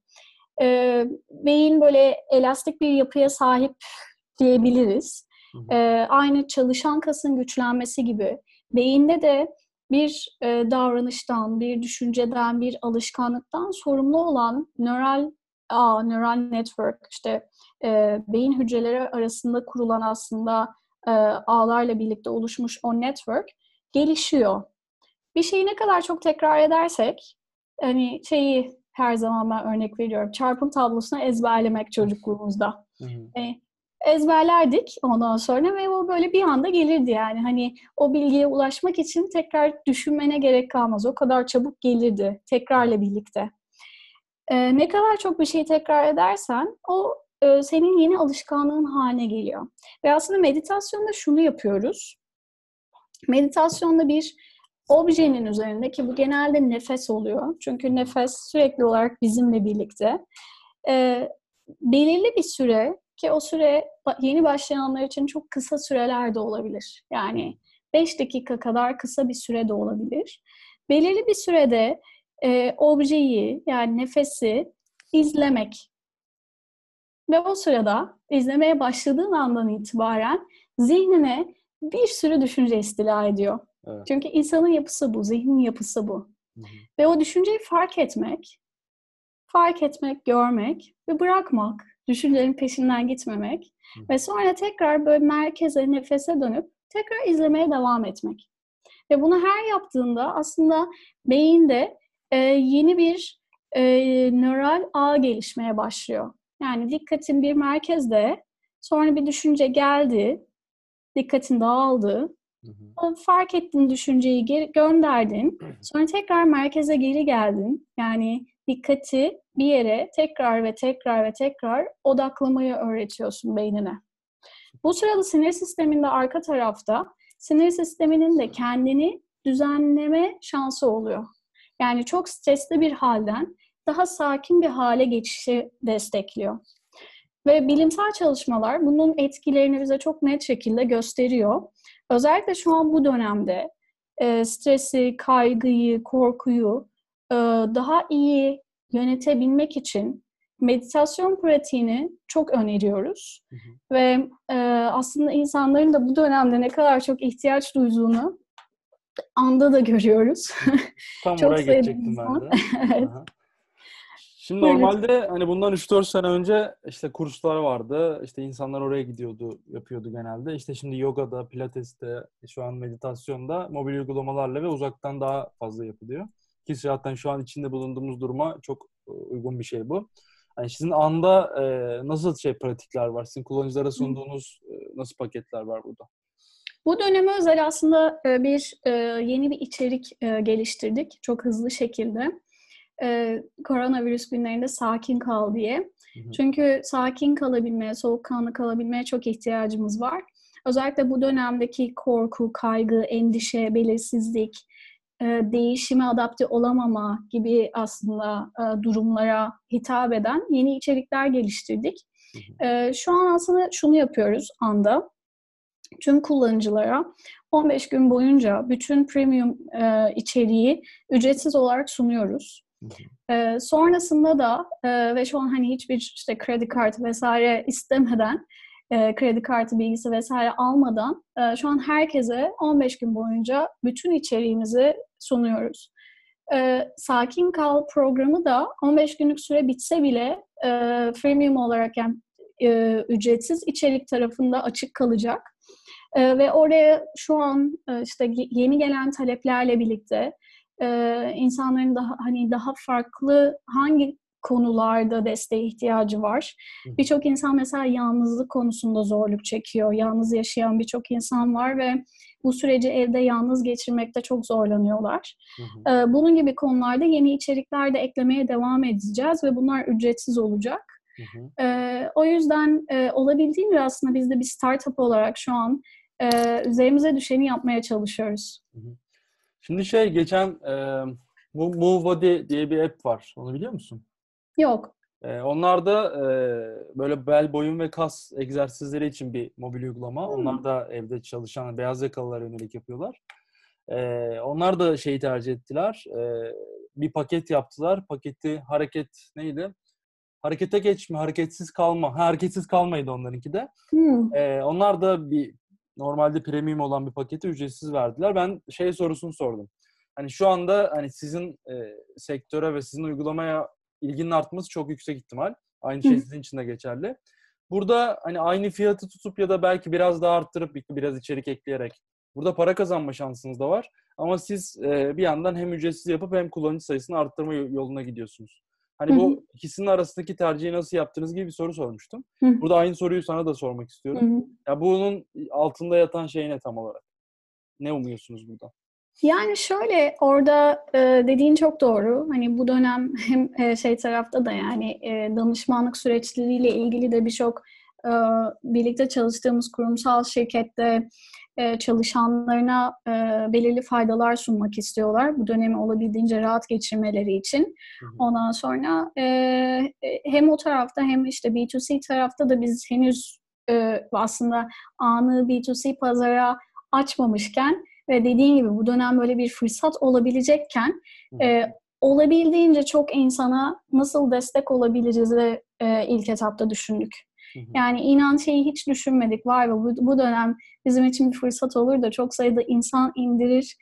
Beyin böyle elastik bir yapıya sahip diyebiliriz. Hı hı. Aynı çalışan kasın güçlenmesi gibi. Beyinde de bir davranıştan, bir düşünceden, bir alışkanlıktan sorumlu olan nöral network, işte beyin hücreleri arasında kurulan aslında ağlarla birlikte oluşmuş o network gelişiyor. Bir şeyi ne kadar çok tekrar edersek, hani şeyi her zaman ben örnek veriyorum, çarpım tablosunu ezberlemek çocukluğumuzda. Hı hı. ezberlerdik ondan sonra ve o böyle bir anda gelirdi yani. Hani o bilgiye ulaşmak için tekrar düşünmene gerek kalmaz. O kadar çabuk gelirdi tekrarla birlikte. Ne kadar çok bir şeyi tekrar edersen o senin yeni alışkanlığın haline geliyor. Ve aslında meditasyonda şunu yapıyoruz. Meditasyonda bir objenin üzerinde, ki bu genelde nefes oluyor. Çünkü nefes sürekli olarak bizimle birlikte. Belirli bir süre, ki o süre yeni başlayanlar için çok kısa süreler de olabilir. Yani 5 dakika kadar kısa bir süre de olabilir. Belirli bir sürede objeyi, yani nefesi izlemek. Ve o sırada izlemeye başladığın andan itibaren zihnine bir sürü düşünce istila ediyor. Evet. Çünkü insanın yapısı bu, zihnin yapısı bu. Hı hı. Ve o düşünceyi fark etmek, görmek ve bırakmak, düşüncelerin peşinden gitmemek ve sonra tekrar böyle merkeze, nefese dönüp tekrar izlemeye devam etmek. Ve bunu her yaptığında aslında beyinde yeni bir nöral ağ gelişmeye başlıyor. Yani dikkatin bir merkezde, sonra bir düşünce geldi, dikkatin dağıldı, fark ettin düşünceyi, geri gönderdin, sonra tekrar merkeze geri geldin. Yani dikkati bir yere tekrar ve tekrar ve tekrar odaklamayı öğretiyorsun beynine. Bu sırada sinir sisteminde arka tarafta, sinir sisteminin de kendini düzenleme şansı oluyor. Yani çok stresli bir halden daha sakin bir hale geçişi destekliyor. Ve bilimsel çalışmalar bunun etkilerini bize çok net şekilde gösteriyor. Özellikle şu an bu dönemde stresi, kaygıyı, korkuyu daha iyi yönetebilmek için meditasyon pratiğini çok öneriyoruz. Ve aslında insanların da bu dönemde ne kadar çok ihtiyaç duyduğunu anda da görüyoruz. Tam Çok oraya sayıda geçecektim ben insan. de. Evet. Aha. Şimdi Buyurun. normalde hani bundan 3-4 sene önce işte kurslar vardı. İşte insanlar oraya gidiyordu, yapıyordu genelde. İşte şimdi yogada, pilateste, şu an meditasyonda mobil uygulamalarla ve uzaktan daha fazla yapılıyor. Ki zaten şu an içinde bulunduğumuz duruma çok uygun bir şey bu. Yani sizin anda nasıl pratikler var? Sizin kullanıcılara sunduğunuz nasıl paketler var burada? Bu döneme özel aslında yeni bir içerik geliştirdik çok hızlı şekilde. Koronavirüs günlerinde sakin kal diye. Çünkü sakin kalabilmeye, soğukkanlı kalabilmeye çok ihtiyacımız var. Özellikle bu dönemdeki korku, kaygı, endişe, belirsizlik, değişime adapte olamama gibi aslında durumlara hitap eden yeni içerikler geliştirdik. Şu an aslında şunu yapıyoruz anda. Tüm kullanıcılara 15 gün boyunca bütün premium içeriği ücretsiz olarak sunuyoruz. Sonrasında da ve şu an hani hiçbir işte kredi kartı vesaire istemeden, kredi kartı bilgisi vesaire almadan şu an herkese 15 gün boyunca bütün içeriğimizi sunuyoruz. Sakin Kal programı da 15 günlük süre bitse bile freemium olarak, yani ücretsiz içerik tarafında açık kalacak. Ve oraya şu an işte yeni gelen taleplerle birlikte insanların daha farklı hangi konularda desteğe ihtiyacı var. Birçok insan mesela yalnızlık konusunda zorluk çekiyor. Yalnız yaşayan birçok insan var ve bu süreci evde yalnız geçirmekte çok zorlanıyorlar. Bunun gibi konularda yeni içerikler de eklemeye devam edeceğiz ve bunlar ücretsiz olacak. O yüzden olabildiğince aslında biz de bir startup olarak şu an üzerimize düşeni yapmaya çalışıyoruz. Şimdi geçen MoveBody diye bir app var. Onu biliyor musun? Yok. Onlar da böyle bel, boyun ve kas egzersizleri için bir mobil uygulama. Onlar da evde çalışan beyaz yakalılara yönelik yapıyorlar. Onlar da tercih ettiler. Bir paket yaptılar. Paketi hareket neydi? Harekete geçme, hareketsiz kalma. Hareketsiz kalmaydı onlarınki de. Onlar da normalde premium olan bir paketi ücretsiz verdiler. Ben sorusunu sordum. Hani şu anda hani sizin sektöre ve sizin uygulamaya ilginin artması çok yüksek ihtimal. Aynı şey sizin için de geçerli. Burada hani aynı fiyatı tutup ya da belki biraz daha arttırıp biraz içerik ekleyerek burada para kazanma şansınız da var. Ama siz bir yandan hem ücretsiz yapıp hem kullanıcı sayısını arttırma yoluna gidiyorsunuz. Hani bu ikisinin arasındaki tercihi nasıl yaptığınız gibi bir soru sormuştum. Burada aynı soruyu sana da sormak istiyorum. Ya bunun altında yatan şey ne tam olarak? Ne umuyorsunuz burada? Yani şöyle, orada dediğin çok doğru. Hani bu dönem hem şey tarafta da yani danışmanlık süreçleriyle ilgili de birçok birlikte çalıştığımız kurumsal şirkette çalışanlarına belirli faydalar sunmak istiyorlar. Bu dönemi olabildiğince rahat geçirmeleri için. Ondan sonra hem o tarafta hem işte B2C tarafta da biz henüz aslında A'nı B2C pazara açmamışken ve dediğin gibi bu dönem böyle bir fırsat olabilecekken olabildiğince çok insana nasıl destek olabiliriz de ilk etapta düşündük. Yani inan şeyi hiç düşünmedik. Vay be bu dönem bizim için bir fırsat olur da çok sayıda insan indirir.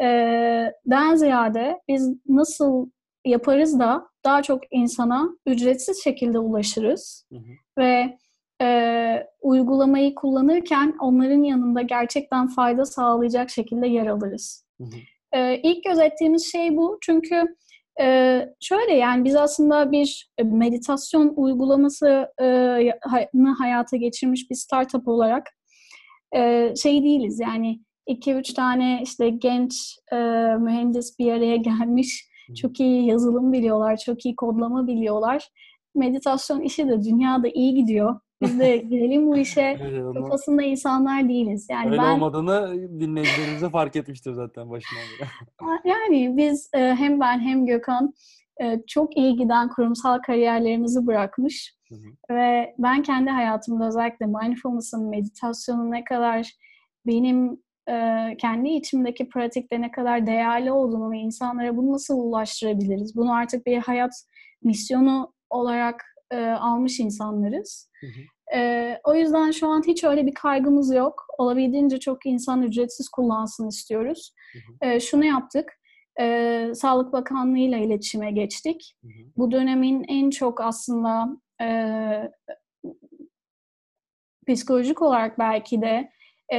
Den ziyade biz nasıl yaparız da daha çok insana ücretsiz şekilde ulaşırız. Ve uygulamayı kullanırken onların yanında gerçekten fayda sağlayacak şekilde yer alırız. İlk gözettiğimiz şey bu. Çünkü şöyle yani biz aslında bir meditasyon uygulamasını hayata geçirmiş bir startup olarak şey değiliz. Yani 2-3 tane işte genç mühendis bir araya gelmiş, çok iyi yazılım biliyorlar, çok iyi kodlama biliyorlar. Meditasyon işi de dünyada iyi gidiyor. Biz de girelim bu işe kafasında insanlar değiliz. Yani öyle olmadığını dinleyicilerimize fark etmiştir zaten başından beri. Yani biz hem ben hem Gökhan çok iyi giden kurumsal kariyerlerimizi bırakmış ve ben kendi hayatımda özellikle mindfulness'ın, meditasyonun ne kadar benim kendi içimdeki pratikte ne kadar değerli olduğunu ve insanlara bunu nasıl ulaştırabiliriz? Bunu artık bir hayat misyonu olarak almış insanlarız. O yüzden şu an hiç öyle bir kaygımız yok. Olabildiğince çok insan ücretsiz kullansın istiyoruz. Şunu yaptık. Sağlık Bakanlığı ile iletişime geçtik. Bu dönemin en çok aslında psikolojik olarak belki de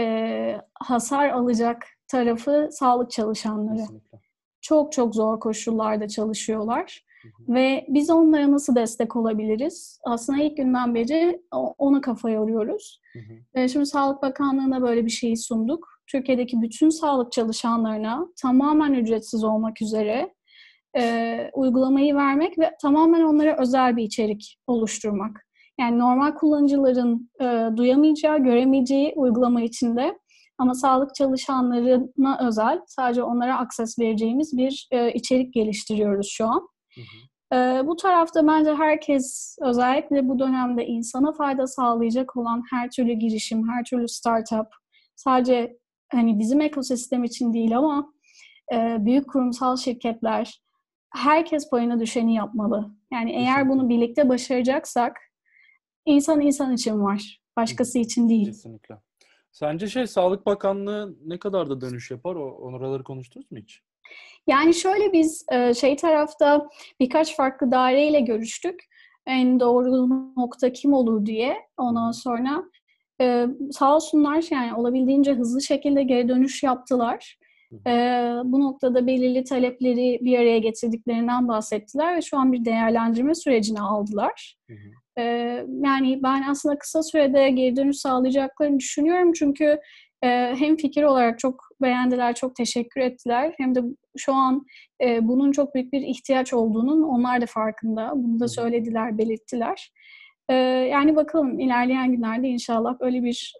hasar alacak tarafı sağlık çalışanları. Kesinlikle. Çok çok zor koşullarda çalışıyorlar. Ve biz onlara nasıl destek olabiliriz? Aslında ilk günden beri ona kafa yoruyoruz. Şimdi Sağlık Bakanlığı'na böyle bir şeyi sunduk. Türkiye'deki bütün sağlık çalışanlarına tamamen ücretsiz olmak üzere uygulamayı vermek ve tamamen onlara özel bir içerik oluşturmak. Yani normal kullanıcıların duyamayacağı, göremeyeceği uygulama içinde ama sağlık çalışanlarına özel sadece onlara akses vereceğimiz bir içerik geliştiriyoruz şu an. Bu tarafta bence herkes özellikle bu dönemde insana fayda sağlayacak olan her türlü girişim, her türlü startup sadece hani bizim ekosistem için değil ama büyük kurumsal şirketler herkes payına düşeni yapmalı. Yani eğer bunu birlikte başaracaksak insan için var. Başkası için değil. Kesinlikle. Sence Sağlık Bakanlığı ne kadar da dönüş yapar? Oraları konuştunuz mu hiç? Yani şöyle biz tarafta birkaç farklı daireyle görüştük. En doğru nokta kim olur diye. Ondan sonra sağ olsunlar yani olabildiğince hızlı şekilde geri dönüş yaptılar. Bu noktada belirli talepleri bir araya getirdiklerinden bahsettiler ve şu an bir değerlendirme sürecine aldılar. Yani ben aslında kısa sürede geri dönüş sağlayacaklarını düşünüyorum çünkü hem fikir olarak çok beğendiler, çok teşekkür ettiler. Hem de şu an bunun çok büyük bir ihtiyaç olduğunun onlar da farkında. Bunu da söylediler, belirttiler. Yani bakalım ilerleyen günlerde inşallah öyle bir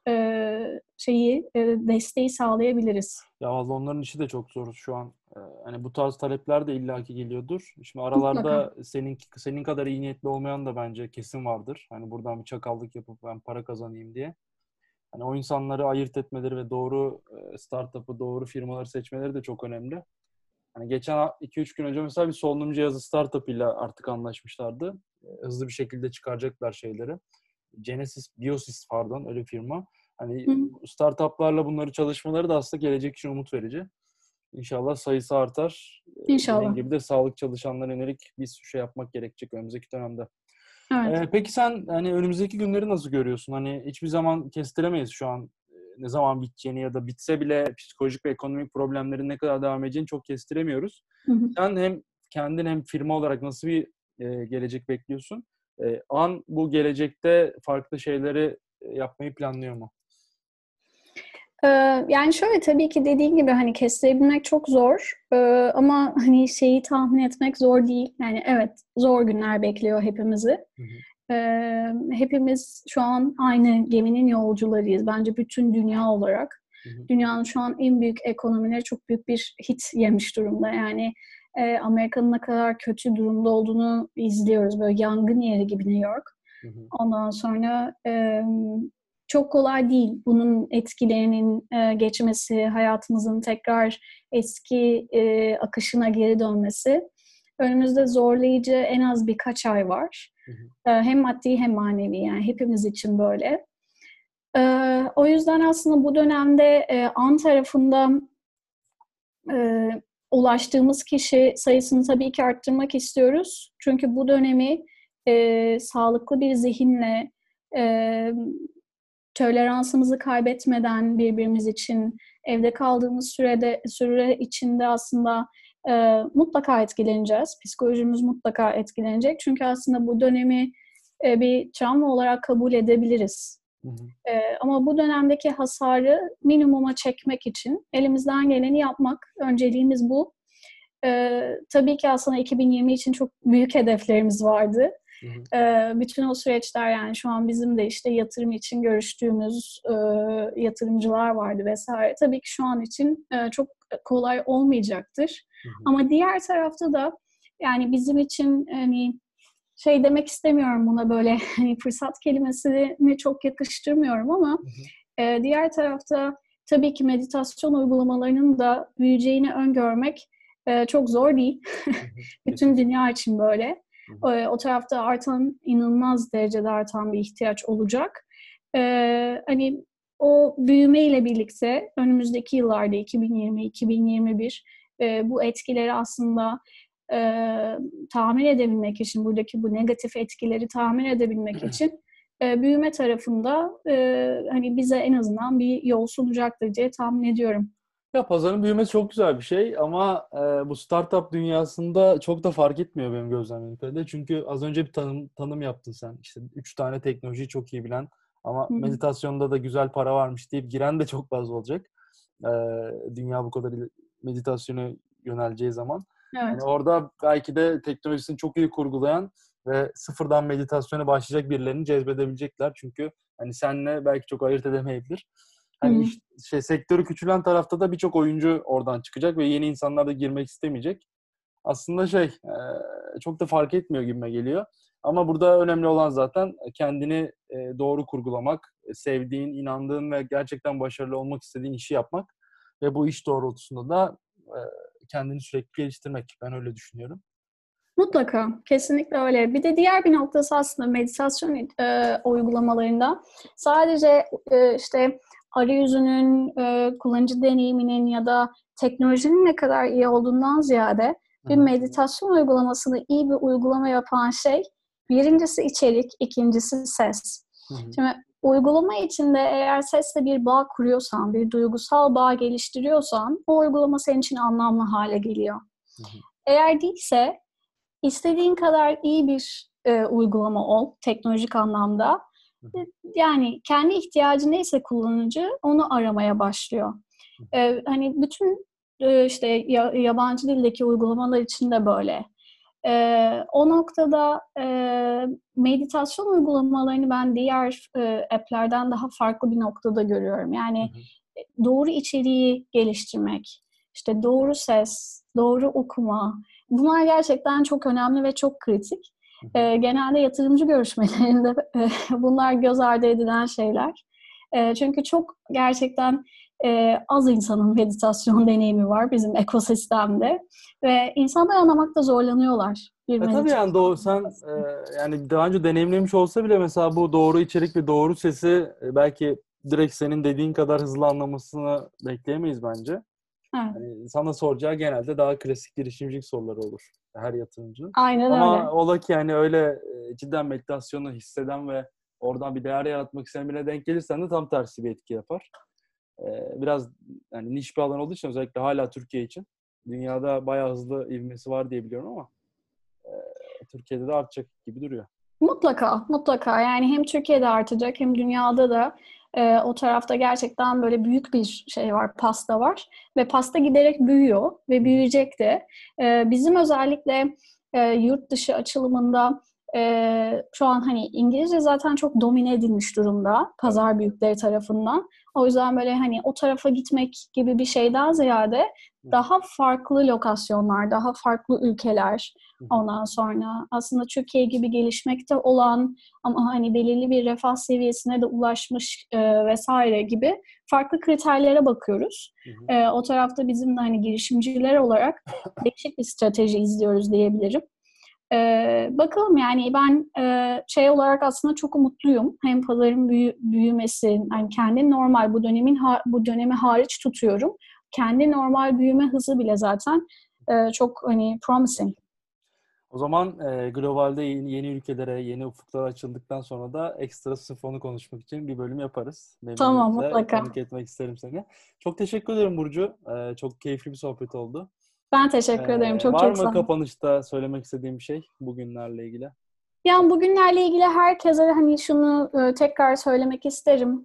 desteği sağlayabiliriz. Ya vallahi onların işi de çok zor şu an. Hani bu tarz talepler de illaki geliyordur. Şimdi aralarda senin kadar iyi niyetli olmayan da bence kesin vardır. Hani buradan bir çakallık yapıp ben para kazanayım diye. Hani o insanları ayırt etmeleri ve doğru startup'ı, doğru firmaları seçmeleri de çok önemli. Hani geçen 2-3 gün önce mesela bir solunum cihazı startup ile artık anlaşmışlardı. Hızlı bir şekilde çıkaracaklar şeyleri. Biosys öyle bir firma. Hani startuplarla bunları çalışmaları da aslında gelecek için umut verici. İnşallah sayısı artar. İnşallah. Dediğin gibi de sağlık çalışanlarına yönelik bir şey yapmak gerekecek önümüzdeki dönemde. Evet. Peki sen hani önümüzdeki günleri nasıl görüyorsun? Hani hiçbir zaman kestiremeyiz şu an ne zaman biteceğini ya da bitse bile psikolojik ve ekonomik problemlerin ne kadar devam edeceğini çok kestiremiyoruz. Sen hem kendin hem firma olarak nasıl bir gelecek bekliyorsun. An bu gelecekte farklı şeyleri yapmayı planlıyor mu? Yani şöyle, tabii ki dediğin gibi hani kestirebilmek çok zor. Ama hani şeyi tahmin etmek zor değil. Yani evet, zor günler bekliyor hepimizi. Hı hı. Hepimiz şu an aynı geminin yolcularıyız. Bence bütün dünya olarak. Hı hı. Dünyanın şu an en büyük ekonomileri çok büyük bir hit yemiş durumda. Yani Amerika'nın ne kadar kötü durumda olduğunu izliyoruz. Böyle yangın yeri gibi New York. Hı hı. Ondan sonra çok kolay değil bunun etkilerinin geçmesi, hayatımızın tekrar eski akışına geri dönmesi. Önümüzde zorlayıcı en az birkaç ay var. Hı hı. Hem maddi hem manevi, yani hepimiz için böyle. O yüzden aslında bu dönemde An tarafında ulaştığımız kişi sayısını tabii ki arttırmak istiyoruz. Çünkü bu dönemi sağlıklı bir zihinle, toleransımızı kaybetmeden birbirimiz için evde kaldığımız süre içinde aslında mutlaka etkileneceğiz. Psikolojimiz mutlaka etkilenecek. Çünkü aslında bu dönemi bir travma olarak kabul edebiliriz. Hı hı. Ama bu dönemdeki hasarı minimuma çekmek için elimizden geleni yapmak. Önceliğimiz bu. Tabii ki aslında 2020 için çok büyük hedeflerimiz vardı. Hı hı. Bütün o süreçler, yani şu an bizim de işte yatırım için görüştüğümüz yatırımcılar vardı vesaire. Tabii ki şu an için çok kolay olmayacaktır. Hı hı. Ama diğer tarafta da yani bizim için hani şey demek istemiyorum buna, böyle hani fırsat kelimesini çok yakıştırmıyorum ama Hı hı. diğer tarafta tabii ki meditasyon uygulamalarının da büyüyeceğini öngörmek çok zor değil. Hı hı. Bütün Kesinlikle. dünya için böyle. Hı hı. O tarafta inanılmaz derecede artan bir ihtiyaç olacak. Hani o büyümeyle birlikte önümüzdeki yıllarda 2020-2021 bu etkileri aslında tahmin edebilmek için, buradaki bu negatif etkileri tahmin edebilmek için büyüme tarafında hani bize en azından bir yol sunacaktır diye tahmin ediyorum. Ya pazarın büyümesi çok güzel bir şey ama bu startup dünyasında çok da fark etmiyor benim gözlemlediğim kadarıyla. Çünkü az önce bir tanım yaptın sen. İşte 3 tane teknolojiyi çok iyi bilen ama Hı hı. meditasyonda da güzel para varmış deyip giren de çok fazla olacak. E, Dünya bu kadar meditasyona yöneleceği zaman. Evet. Hani orada belki de teknolojisini çok iyi kurgulayan ve sıfırdan meditasyona başlayacak birilerini cezbedebilecekler. Çünkü hani seninle belki çok ayırt edemeyebilir. Hı Hani hı. sektörü küçülen tarafta da birçok oyuncu oradan çıkacak ve yeni insanlar da girmek istemeyecek. Aslında çok da fark etmiyor gibime geliyor. Ama burada önemli olan zaten kendini doğru kurgulamak, sevdiğin, inandığın ve gerçekten başarılı olmak istediğin işi yapmak ve bu iş doğrultusunda da kendini sürekli geliştirmek. Ben öyle düşünüyorum. Mutlaka, kesinlikle öyle. Bir de diğer bir noktası aslında meditasyon uygulamalarında sadece işte arayüzünün, kullanıcı deneyiminin ya da teknolojinin ne kadar iyi olduğundan ziyade bir Hı-hı. meditasyon uygulamasını iyi bir uygulama yapan şey, birincisi içerik, ikincisi ses. Hı-hı. Şimdi uygulama içinde eğer sesle bir bağ kuruyorsan, bir duygusal bağ geliştiriyorsan o uygulama senin için anlamlı hale geliyor. Hı-hı. Eğer değilse İstediğin kadar iyi bir uygulama ol, teknolojik anlamda. Yani kendi ihtiyacı neyse kullanıcı onu aramaya başlıyor. Hani bütün işte yabancı dildeki uygulamalar için de böyle. O noktada meditasyon uygulamalarını ben diğer app'lerden daha farklı bir noktada görüyorum. Yani Hı-hı. doğru içeriği geliştirmek, işte doğru ses, doğru okuma. Bunlar gerçekten çok önemli ve çok kritik. Hı-hı. Genelde yatırımcı görüşmelerinde bunlar göz ardı edilen şeyler. Çünkü çok gerçekten az insanın meditasyon deneyimi var bizim ekosistemde. Ve insanlar anlamakta zorlanıyorlar bir Tabii yani meditasyon. sen yani daha önce deneyimlemiş olsa bile mesela bu doğru içerik ve doğru sesi belki direkt senin dediğin kadar hızlı anlamasını bekleyemeyiz bence. Evet, Yani sana soracağı genelde daha klasik girişimcilik soruları olur her yatırımcının. aynen Ama öyle. ola ki yani öyle cidden meditasyonu hisseden ve oradan bir değer yaratmak isteyen birine denk gelirsen de tam tersi bir etki yapar. Biraz yani niş bir alan olduğu için özellikle hala Türkiye için dünyada bayağı hızlı ivmesi var diye biliyorum ama Türkiye'de de artacak gibi duruyor. Mutlaka. Yani hem Türkiye'de artacak hem dünyada da o tarafta gerçekten böyle büyük bir şey var, pasta var. Ve pasta giderek büyüyor ve büyüyecek de. Bizim özellikle yurt dışı açılımında şu an hani İngilizce zaten çok domine edilmiş durumda pazar büyükleri tarafından. O yüzden böyle hani o tarafa gitmek gibi bir şeyden ziyade daha farklı lokasyonlar, daha farklı ülkeler, ondan sonra aslında Türkiye gibi gelişmekte olan ama hani belirli bir refah seviyesine de ulaşmış vesaire gibi farklı kriterlere bakıyoruz. O tarafta bizim de hani girişimciler olarak değişik bir strateji izliyoruz diyebilirim. Bakalım yani ben şey olarak aslında çok umutluyum. Hem pazarın büyümesi, yani kendi normal bu dönemi hariç tutuyorum. Kendi normal büyüme hızı bile zaten çok hani promising. O zaman globalde yeni ülkelere, yeni ufuklara açıldıktan sonra da ekstra sırf onu konuşmak için bir bölüm yaparız. Tamam, Memnuniyetle mutlaka. konuk etmek isterim seni. Çok teşekkür ederim Burcu. Çok keyifli bir sohbet oldu. Ben teşekkür ederim. Çok var çok sağ mı olun. kapanışta söylemek istediğim bir şey bugünlerle ilgili? Yani bugünlerle ilgili herkese hani şunu tekrar söylemek isterim.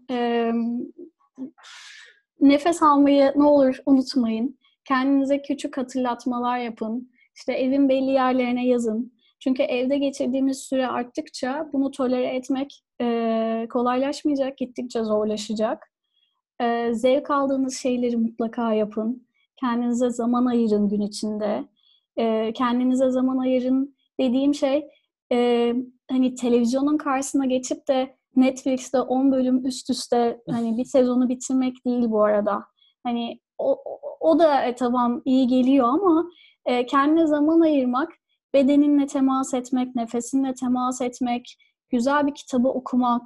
Nefes almayı ne olur unutmayın. Kendinize küçük hatırlatmalar yapın. İşte evin belli yerlerine yazın. Çünkü evde geçirdiğimiz süre arttıkça bunu tolere etmek kolaylaşmayacak, gittikçe zorlaşacak. Zevk aldığınız şeyleri mutlaka yapın. Kendinize zaman ayırın gün içinde. Kendinize zaman ayırın dediğim şey hani televizyonun karşısına geçip de Netflix'te 10 bölüm üst üste hani bir sezonu bitirmek değil bu arada. Hani o da tamam iyi geliyor ama kendine zaman ayırmak, bedeninle temas etmek, nefesinle temas etmek, güzel bir kitabı okumak,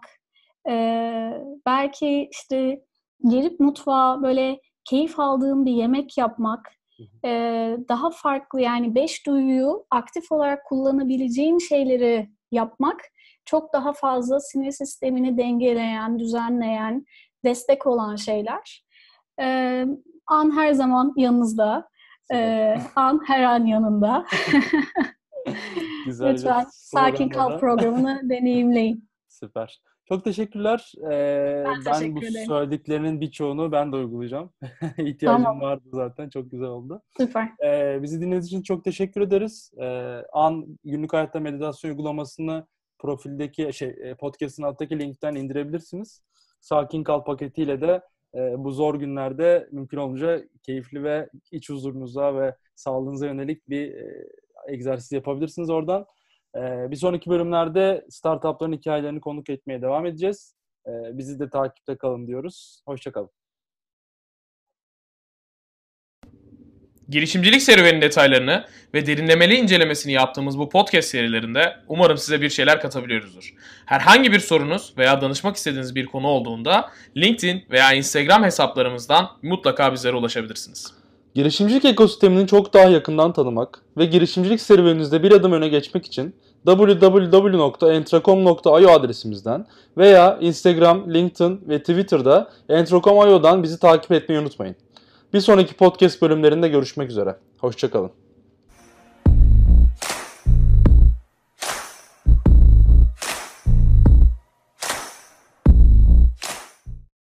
belki işte girip mutfağa böyle keyif aldığım bir yemek yapmak, daha farklı yani 5 duyuyu aktif olarak kullanabileceğin şeyleri yapmak çok daha fazla sinir sistemini dengeleyen, düzenleyen, destek olan şeyler. An her zaman yanınızda. An her an yanında. Güzel Lütfen Sakin Kal programını deneyimleyin. Süper. Çok teşekkürler. Ben teşekkür bu ederim. söylediklerinin birçoğunu ben de uygulayacağım. İhtiyacım Tamam. vardı zaten. Çok güzel oldu. Süper. Bizi dinlediğiniz için çok teşekkür ederiz. Günlük hayatta meditasyon uygulamasını profildeki podcast'ın alttaki linkten indirebilirsiniz. Sakin Kal paketiyle de bu zor günlerde mümkün olunca keyifli ve iç huzurunuza ve sağlığınıza yönelik bir egzersiz yapabilirsiniz oradan. Bir sonraki bölümlerde startupların hikayelerini konuk etmeye devam edeceğiz. Bizi de takipte kalın diyoruz. Hoşça kalın. Girişimcilik serüveninin detaylarını ve derinlemeli incelemesini yaptığımız bu podcast serilerinde umarım size bir şeyler katabiliyoruzdur. Herhangi bir sorunuz veya danışmak istediğiniz bir konu olduğunda LinkedIn veya Instagram hesaplarımızdan mutlaka bizlere ulaşabilirsiniz. Girişimcilik ekosistemini çok daha yakından tanımak ve girişimcilik serüveninizde bir adım öne geçmek için www.entracom.io adresimizden veya Instagram, LinkedIn ve Twitter'da entracom.io'dan bizi takip etmeyi unutmayın. Bir sonraki podcast bölümlerinde görüşmek üzere. Hoşça kalın.